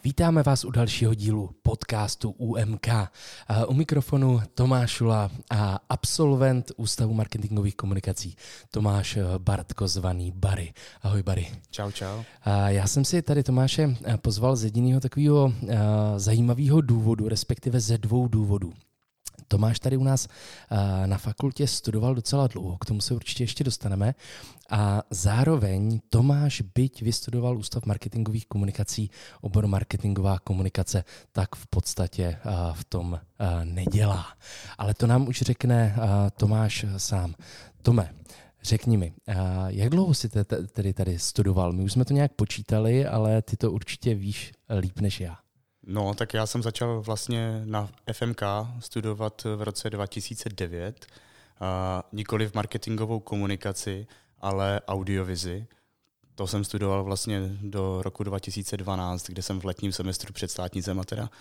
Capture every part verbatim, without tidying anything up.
Vítáme vás u dalšího dílu podcastu U M K. U mikrofonu Tomáš Šula a absolvent Ústavu marketingových komunikací Tomáš Bartko, zvaný Barry. Ahoj Barry. Čau, čau. Já jsem si tady Tomáše pozval z jediného takového zajímavého důvodu, respektive ze dvou důvodů. Tomáš tady u nás na fakultě studoval docela dlouho, k tomu se určitě ještě dostaneme. A zároveň Tomáš, byť vystudoval Ústav marketingových komunikací, obor marketingová komunikace, tak v podstatě v tom nedělá. Ale to nám už řekne Tomáš sám. Tome, řekni mi, jak dlouho jsi tedy tady studoval? My už jsme to nějak počítali, ale ty to určitě víš líp než já. No, tak já jsem začal vlastně na F M K studovat v roce dva tisíce devět, a nikoli v marketingovou komunikaci, ale audiovizi. To jsem studoval vlastně do roku dva tisíce dvanáct, kde jsem v letním semestru před státnicem a teda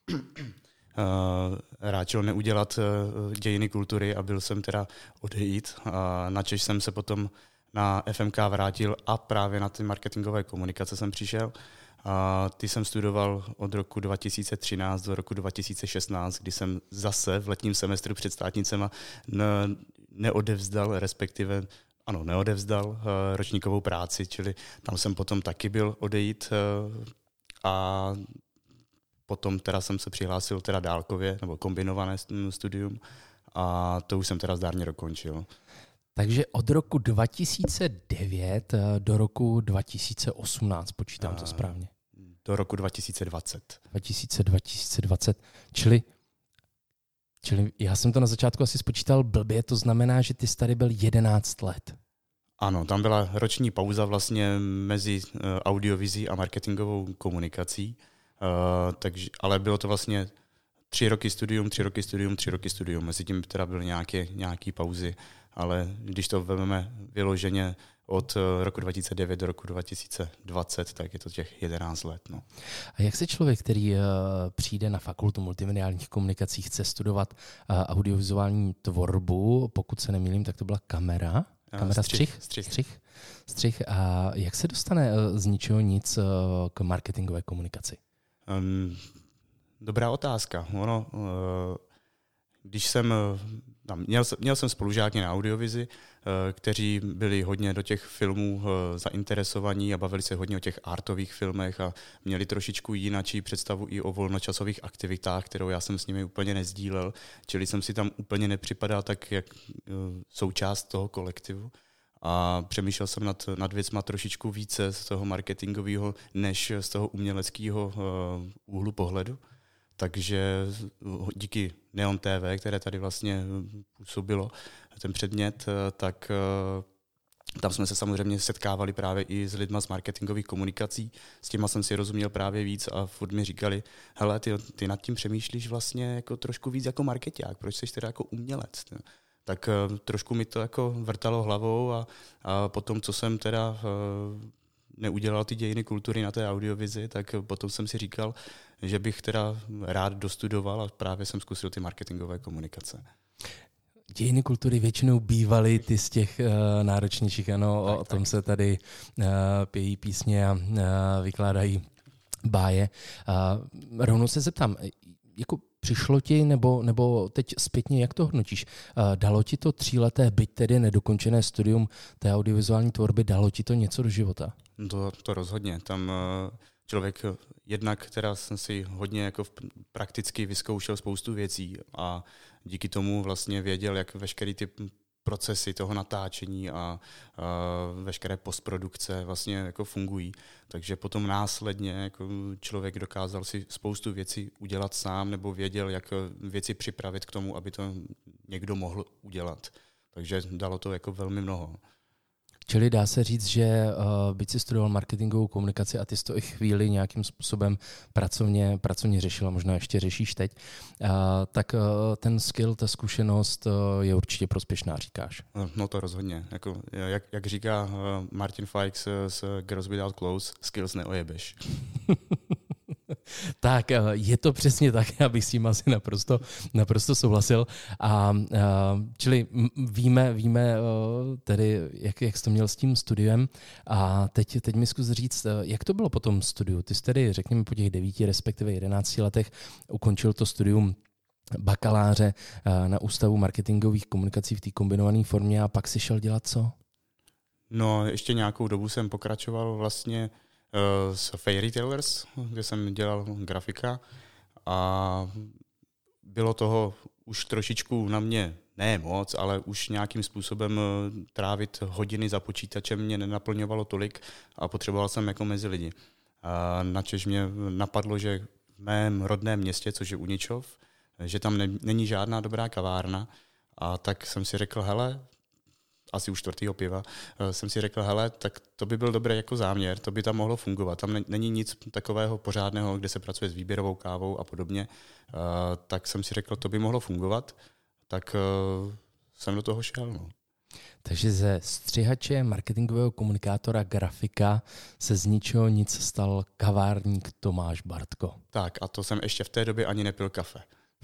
ráčil neudělat dějiny kultury a byl jsem teda odejít. A načež jsem se potom na F M K vrátil a právě na ty marketingové komunikace jsem přišel. A ty jsem studoval od roku dva tisíce třináct do roku dva tisíce šestnáct, kdy jsem zase v letním semestru před státnicema ne- neodevzdal, respektive ano, neodevzdal uh, ročníkovou práci, čili tam jsem potom taky byl odejít uh, a potom teda jsem se přihlásil teda dálkově, nebo kombinované studium a to už jsem teda zdárně dokončil. Takže od roku dva tisíce devět do roku dva tisíce osmnáct, počítám to správně. Do roku dva tisíce dvacet. dva tisíce dvacet, čili, čili já jsem to na začátku asi spočítal blbě, to znamená, že ty jsi tady byl jedenáct let. Ano, tam byla roční pauza vlastně mezi audiovizí a marketingovou komunikací, uh, takže, ale bylo to vlastně tři roky studium, tři roky studium, tři roky studium. Mezi tím teda byly nějaké, nějaké pauzy, ale když to vezmeme vyloženě od roku dva tisíce devět do roku dva tisíce dvacet, tak je to těch jedenáct let. No. A jak se člověk, který uh, přijde na fakultu multimediálních komunikací, chce studovat uh, audiovizuální tvorbu, pokud se nemýlím, tak to byla kamera? Kamera střih? Střih. Střih. Střih. A jak se dostane uh, z ničeho nic uh, k marketingové komunikaci? Um, dobrá otázka. Ono, uh, když jsem... Měl, měl jsem spolužáky na audiovizi, kteří byli hodně do těch filmů zainteresovaní a bavili se hodně o těch artových filmech a měli trošičku jinačí představu i o volnočasových aktivitách, kterou já jsem s nimi úplně nezdílel, čili jsem si tam úplně nepřipadal tak, jak součást toho kolektivu. A přemýšlel jsem nad, nad věcma trošičku více z toho marketingového, než z toho uměleckého úhlu pohledu. Takže díky Neon T V, které tady vlastně působilo ten předmět, tak tam jsme se samozřejmě setkávali právě i s lidma z marketingových komunikací. S těma jsem si rozuměl právě víc a furt mi říkali, hele, ty, ty nad tím přemýšlíš vlastně jako trošku víc jako markeťák, proč jsi teda jako umělec? Tak trošku mi to jako vrtalo hlavou a, a potom, co jsem teda neudělal ty dějiny kultury na té audiovizi, tak potom jsem si říkal, že bych teda rád dostudoval a právě jsem zkusil ty marketingové komunikace. Dějiny kultury většinou bývaly ty z těch uh, náročnějších, ano, tak, o tom tak. se tady uh, pějí písně a uh, vykládají báje. Uh, rovnou se zeptám, jako přišlo ti, nebo, nebo teď zpětně, jak to hodnotíš? Uh, dalo ti to tříleté, byť tedy nedokončené studium té audiovizuální tvorby, dalo ti to něco do života? To, to rozhodně. Tam uh, člověk jednak, teda jsem si hodně jako prakticky vyzkoušel spoustu věcí a díky tomu vlastně věděl, jak veškeré ty procesy toho natáčení a, a veškeré postprodukce vlastně jako fungují. Takže potom následně jako člověk dokázal si spoustu věcí udělat sám nebo věděl, jak věci připravit k tomu, aby to někdo mohl udělat. Takže dalo to jako velmi mnoho. Čili dá se říct, že uh, byť jsi studoval marketingovou komunikaci a ty jsi to i chvíli nějakým způsobem pracovně, pracovně řešil, a možná ještě řešíš teď, uh, tak uh, ten skill, ta zkušenost uh, je určitě prospěšná, říkáš. No to rozhodně. Jako, jak, jak říká uh, Martin Fikes z Girls Without Clothes, skills neojebeš. Tak, je to přesně tak, já bych s tím asi naprosto, naprosto souhlasil. A, čili víme, víme tedy, jak, jak jsi to měl s tím studiem. A teď, teď mi zkus říct, jak to bylo po tom studiu? Ty jsi tedy, řekněme, po těch devíti, respektive jedenácti letech ukončil to studium bakaláře na Ústavu marketingových komunikací v té kombinované formě a pak si šel dělat co? No, ještě nějakou dobu jsem pokračoval vlastně uh, s Fairy Tailers, kde jsem dělal grafika a bylo toho už trošičku na mě, ne moc, ale už nějakým způsobem trávit hodiny za počítačem mě nenaplňovalo tolik a potřeboval jsem jako mezi lidi. A načež mě napadlo, že v mém rodném městě, což je Uničov, že tam ne, není žádná dobrá kavárna a tak jsem si řekl, hele, asi už čtvrtýho piva, jsem si řekl, hele, tak to by byl dobrý jako záměr, to by tam mohlo fungovat. Tam není nic takového pořádného, kde se pracuje s výběrovou kávou a podobně, tak jsem si řekl, to by mohlo fungovat, tak jsem do toho šel. No. Takže ze střihače, marketingového komunikátora, grafika se z ničeho nic stal kavárník Tomáš Bartko. Tak a to jsem ještě v té době ani nepil kafe.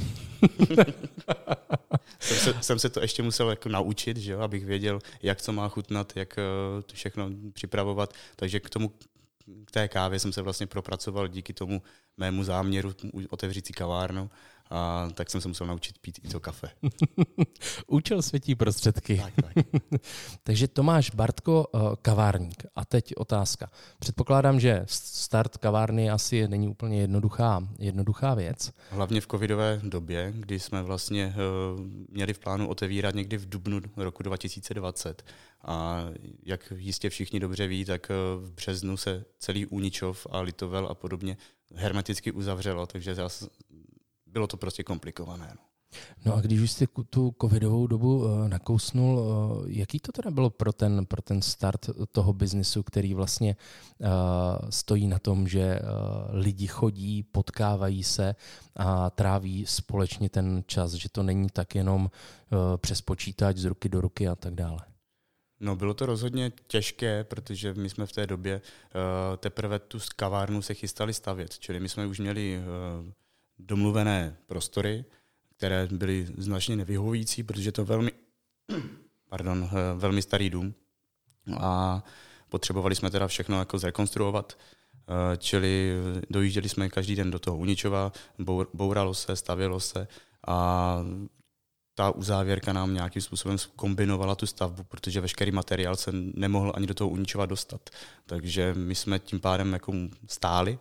jsem, se, jsem se to ještě musel jako naučit, že jo, abych věděl, jak co má chutnat, jak to všechno připravovat. Takže k tomu, k té kávě jsem se vlastně propracoval díky tomu mému záměru otevřít si kavárnu. A tak jsem se musel naučit pít i to kafe. Účel světí prostředky. Tak, tak. Takže Tomáš Bartko, kavárník. A teď otázka. Předpokládám, že start kavárny asi není úplně jednoduchá, jednoduchá věc. Hlavně v covidové době, kdy jsme vlastně měli v plánu otevírat někdy v dubnu roku dva tisíce dvacet. A jak jistě všichni dobře ví, tak v březnu se celý Uničov a Litovel a podobně hermeticky uzavřelo, takže zase bylo to prostě komplikované. No. No a když už jste tu covidovou dobu uh, nakousnul, uh, jaký to teda bylo pro ten, pro ten start toho biznisu, který vlastně uh, stojí na tom, že uh, lidi chodí, potkávají se a tráví společně ten čas, že to není tak jenom uh, přes počítač z ruky do ruky a tak dále? No, bylo to rozhodně těžké, protože my jsme v té době uh, teprve tu kavárnu se chystali stavět, čili my jsme už měli uh, domluvené prostory, které byly značně nevyhovující, protože to velmi, pardon, velmi starý dům a potřebovali jsme teda všechno jako zrekonstruovat, čili dojížděli jsme každý den do toho Uničova, bouralo se, stavělo se a ta uzávěrka nám nějakým způsobem kombinovala tu stavbu, protože veškerý materiál se nemohl ani do toho Uničova dostat. Takže my jsme tím pádem jako stáli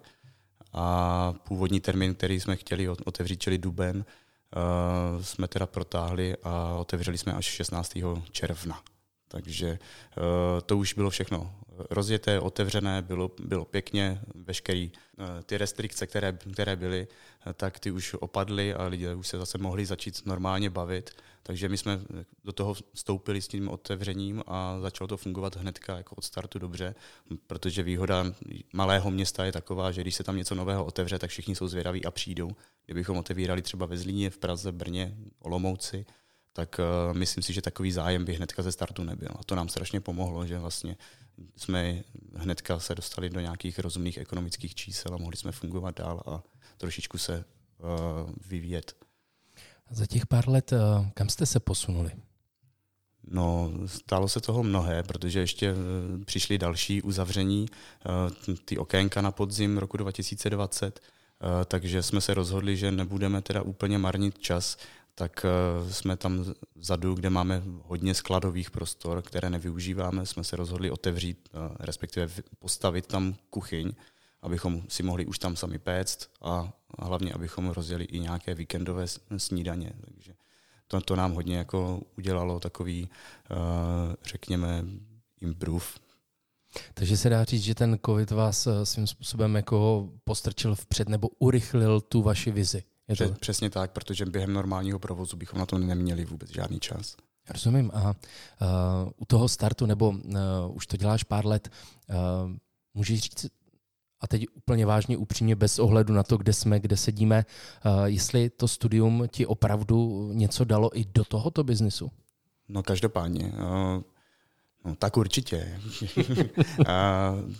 a původní termín, který jsme chtěli otevřít, čili duben, uh, jsme teda protáhli a otevřeli jsme až šestnáctého června. Takže uh, to už bylo všechno rozjeté, otevřené, bylo, bylo pěkně, veškeré uh, ty restrikce, které, které byly, uh, tak ty už opadly a lidé už se zase mohli začít normálně bavit. Takže my jsme do toho vstoupili s tím otevřením a začalo to fungovat hnedka jako od startu dobře, protože výhoda malého města je taková, že když se tam něco nového otevře, tak všichni jsou zvědaví a přijdou. Kdybychom otevírali třeba ve Zlíně, v Praze, Brně, Olomouci, tak uh, myslím si, že takový zájem by hnedka ze startu nebyl. A to nám strašně pomohlo, že vlastně jsme hnedka se dostali do nějakých rozumných ekonomických čísel a mohli jsme fungovat dál a trošičku se uh, vyvíjet. Za těch pár let, kam jste se posunuli? No, stalo se toho mnohé, protože ještě přišly další uzavření, ty okénka na podzim roku dva tisíce dvacet, takže jsme se rozhodli, že nebudeme teda úplně marnit čas, tak jsme tam vzadu, kde máme hodně skladových prostor, které nevyužíváme, jsme se rozhodli otevřít, respektive postavit tam kuchyň, abychom si mohli už tam sami péct a hlavně, abychom rozjeli i nějaké víkendové snídaně. Takže to, to nám hodně jako udělalo takový, uh, řekněme, improve. Takže se dá říct, že ten covid vás svým způsobem jako postrčil vpřed nebo urychlil tu vaši vizi. Je to... Přesně tak, protože během normálního provozu bychom na to neměli vůbec žádný čas. Rozumím. A uh, u toho startu, nebo uh, už to děláš pár let, uh, můžeš říct, a teď úplně vážně, upřímně, bez ohledu na to, kde jsme, kde sedíme, uh, jestli to studium ti opravdu něco dalo i do tohoto biznisu? No každopádně. Uh, no, tak určitě. uh,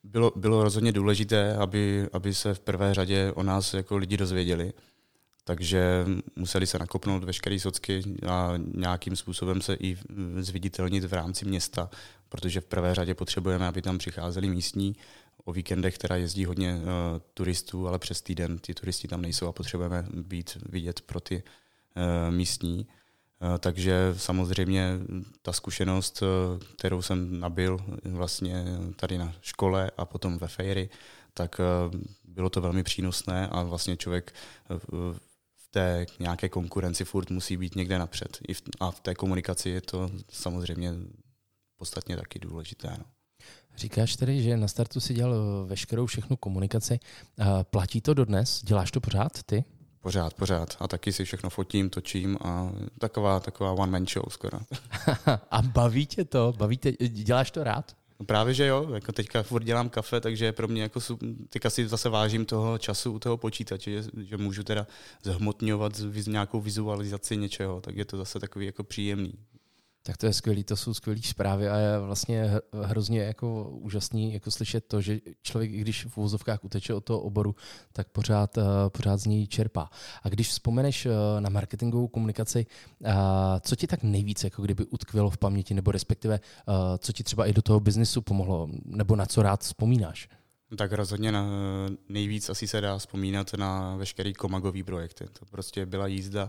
bylo, bylo rozhodně důležité, aby, aby se v prvé řadě o nás jako lidi dozvěděli. Takže museli se nakopnout veškeré socky a nějakým způsobem se i zviditelnit v rámci města, protože v prvé řadě potřebujeme, aby tam přicházeli místní. O víkendech teda jezdí hodně uh, turistů, ale přes týden ty turisti tam nejsou a potřebujeme být vidět pro ty uh, místní. Uh, takže samozřejmě ta zkušenost, uh, kterou jsem nabyl vlastně tady na škole a potom ve Fejry, tak uh, bylo to velmi přínosné a vlastně člověk uh, té nějaké konkurenci furt musí být někde napřed. I v, a v té komunikaci je to samozřejmě podstatně taky důležité. No. Říkáš tedy, že na startu si dělal veškerou všechnu komunikaci. Platí to dodnes? Děláš to pořád ty? Pořád, pořád. A taky si všechno fotím, točím a taková, taková one-man show skoro. A baví tě to? Baví tě, děláš to rád? No právě, že jo. Jako teďka furt dělám kafe, takže pro mě jako teďka si zase vážím toho času u toho počítače, že, že můžu teda zhmotňovat z nějakou vizualizaci něčeho, tak je to zase takový jako příjemný. Tak to je skvělý, to jsou skvělý zprávy a je vlastně hrozně jako úžasný jako slyšet to, že člověk, i když v uvozovkách uteče od toho oboru, tak pořád, pořád z něj čerpá. A když vzpomeneš na marketingovou komunikaci, co ti tak nejvíc jako kdyby utkvělo v paměti, nebo respektive co ti třeba i do toho biznisu pomohlo, nebo na co rád vzpomínáš? Tak rozhodně na, nejvíc asi se dá vzpomínat na veškerý komagový projekty. To prostě byla jízda.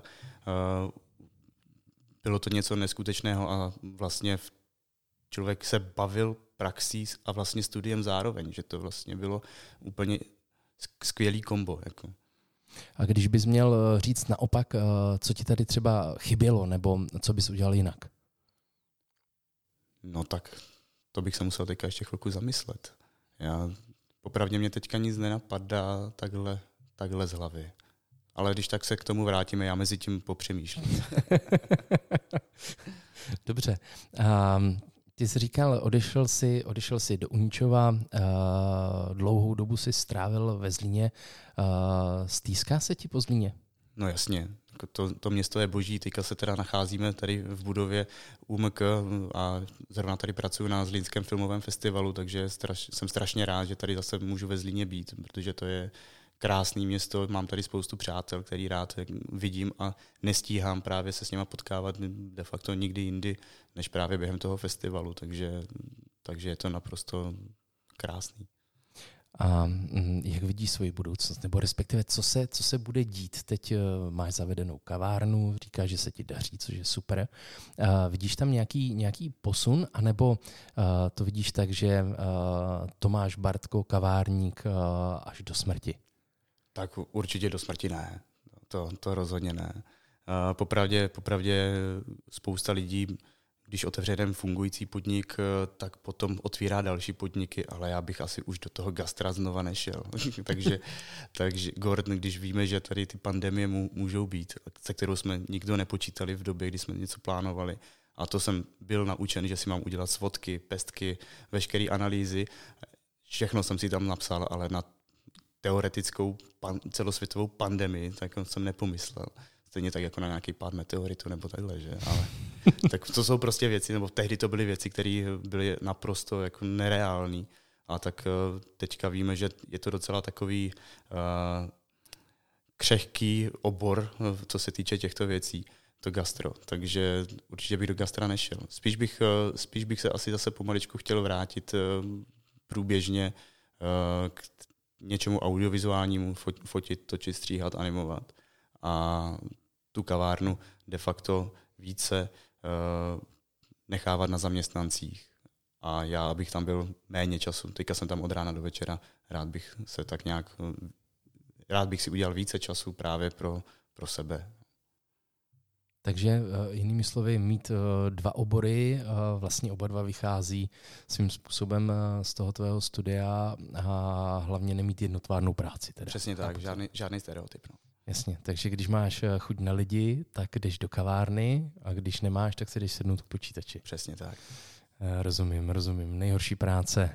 Bylo to něco neskutečného a vlastně člověk se bavil praxí a vlastně studiem zároveň, že to vlastně bylo úplně skvělý kombo. Jako. A když bys měl říct naopak, co ti tady třeba chybělo, nebo co bys udělal jinak? No tak to bych se musel teďka ještě chvilku zamyslet. Já, popravdě mě teďka nic nenapadá takhle, takhle z hlavy. Ale když tak se k tomu vrátíme, já mezi tím popřemýšlím. Dobře. Um, ty jsi říkal, odešel jsi, odešel jsi do Uničova, uh, dlouhou dobu jsi strávil ve Zlíně. Uh, stýská se ti po Zlíně? No jasně. To, to město je boží. Teďka se teda nacházíme tady v budově U M K a zrovna tady pracuji na Zlínském filmovém festivalu, takže straš, jsem strašně rád, že tady zase můžu ve Zlíně být, protože to je krásný město, mám tady spoustu přátel, který rád vidím a nestíhám právě se s nima potkávat de facto nikdy jindy, než právě během toho festivalu, takže, takže je to naprosto krásný. A jak vidíš svoji budoucnost, nebo respektive co se, co se bude dít? Teď máš zavedenou kavárnu, říkáš, že se ti daří, což je super. A vidíš tam nějaký, nějaký posun, anebo to vidíš tak, že Tomáš Bartko, kavárník až do smrti? Tak určitě do smrti ne. To, to rozhodně ne. Popravdě, popravdě spousta lidí, když otevře jeden fungující podnik, tak potom otvírá další podniky, ale já bych asi už do toho gastra znova nešel. takže, takže Gordon, když víme, že tady ty pandemie můžou být, se kterou jsme nikdo nepočítali v době, kdy jsme něco plánovali, a to jsem byl naučen, že si mám udělat svodky, pestky, veškeré analýzy, všechno jsem si tam napsal, ale na teoretickou pan, celosvětovou pandemii, tak jsem nepomyslel. Stejně tak jako na nějaký pád meteoritu nebo takhle, že? Ale tak to jsou prostě věci, nebo tehdy to byly věci, které byly naprosto jako nereální. A tak teďka víme, že je to docela takový uh, křehký obor, co se týče těchto věcí, to gastro. Takže určitě bych do gastra nešel. Spíš bych, uh, spíš bych se asi zase pomaličku chtěl vrátit uh, průběžně uh, k něčemu audiovizuálnímu, fotit, točit, stříhat, animovat. A tu kavárnu de facto více uh, nechávat na zaměstnancích. A já, abych tam byl méně času. Teďka jsem tam od rána do večera. Rád bych se tak nějak, rád bych si udělal více času právě pro, pro sebe. Takže jinými slovy mít dva obory, vlastně oba dva vychází svým způsobem z toho tvého studia a hlavně nemít jednotvárnou práci. Teda. Přesně tak, žádný, žádný stereotyp. No. Jasně, takže když máš chuť na lidi, tak jdeš do kavárny a když nemáš, tak se jdeš sednout k počítači. Přesně tak. Rozumím, rozumím. Nejhorší práce,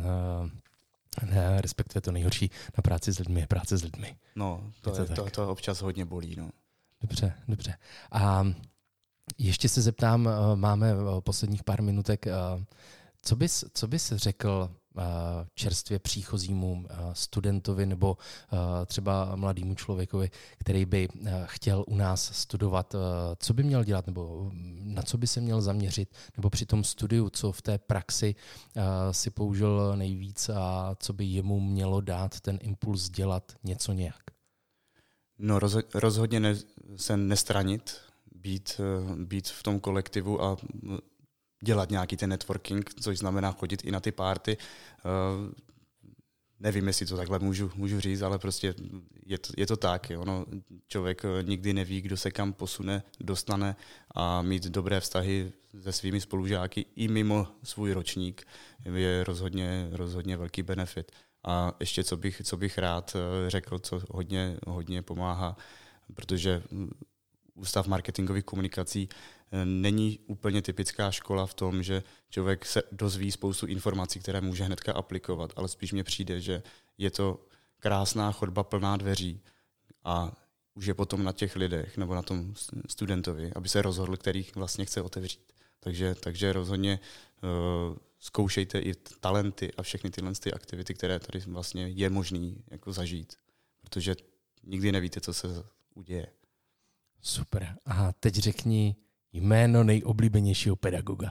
respektive to nejhorší na práci s lidmi je práce s lidmi. No, to, je to, je, to, to občas hodně bolí, no. Dobře, dobře. A ještě se zeptám, máme posledních pár minutek, co bys, co bys řekl čerstvě příchozímu studentovi nebo třeba mladému člověkovi, který by chtěl u nás studovat, co by měl dělat nebo na co by se měl zaměřit, nebo při tom studiu, co v té praxi si použil nejvíc a co by jemu mělo dát ten impuls dělat něco nějak? No rozhodně ne, se nestranit, být, být v tom kolektivu a dělat nějaký ten networking, což znamená chodit i na ty party. Uh, nevím, jestli to takhle můžu, můžu říct, ale prostě je to, je to tak. Ono, člověk nikdy neví, kdo se kam posune, dostane a mít dobré vztahy se svými spolužáky i mimo svůj ročník je rozhodně, rozhodně velký benefit. A ještě co bych, co bych rád řekl, co hodně, hodně pomáhá, protože Ústav marketingových komunikací není úplně typická škola v tom, že člověk se dozví spoustu informací, které může hnedka aplikovat, ale spíš mně přijde, že je to krásná chodba plná dveří a už je potom na těch lidech nebo na tom studentovi, aby se rozhodl, kterých vlastně chce otevřít. Takže, takže rozhodně uh, zkoušejte i talenty a všechny tyhle ty aktivity, které tady vlastně je možný jako zažít, protože nikdy nevíte, co se uděje. Super. A teď řekni jméno nejoblíbenějšího pedagoga.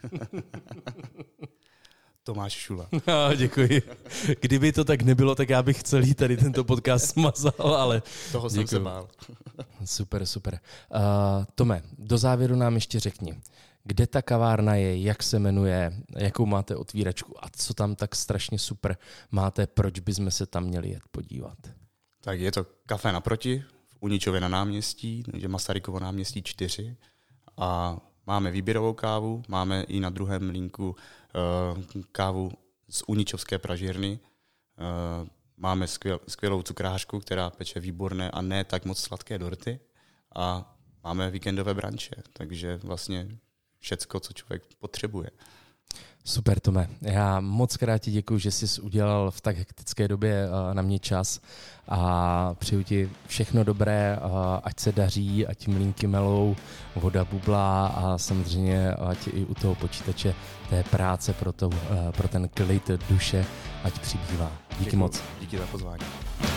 Tomáš Šula. No, děkuji. Kdyby to tak nebylo, tak já bych celý tady tento podcast smazal, ale toho děkuji. Jsem se bál. Super, super. Uh, Tome, do závěru nám ještě řekni, kde ta kavárna je, jak se jmenuje, jakou máte otvíračku a co tam tak strašně super máte, proč bychom se tam měli jet podívat. Tak je to kafe naproti, v Uničově na náměstí, takže Masarykovo náměstí čtyři a máme výběrovou kávu, máme i na druhém linku uh, kávu z Uničovské pražírny, uh, máme skvěl, skvělou cukrářku, která peče výborné a ne tak moc sladké dorty a máme víkendové branče, takže vlastně všecko, co člověk potřebuje. Super, Tome. Já moc krát ti děkuji, že jsi udělal v tak hektické době na mě čas a přeju ti všechno dobré, ať se daří, ať mlýnky melou, voda bublá a samozřejmě ať i u toho počítače té práce pro, to, pro ten klid duše, ať přibývá. Díky Děkuji. moc. Díky za pozvání.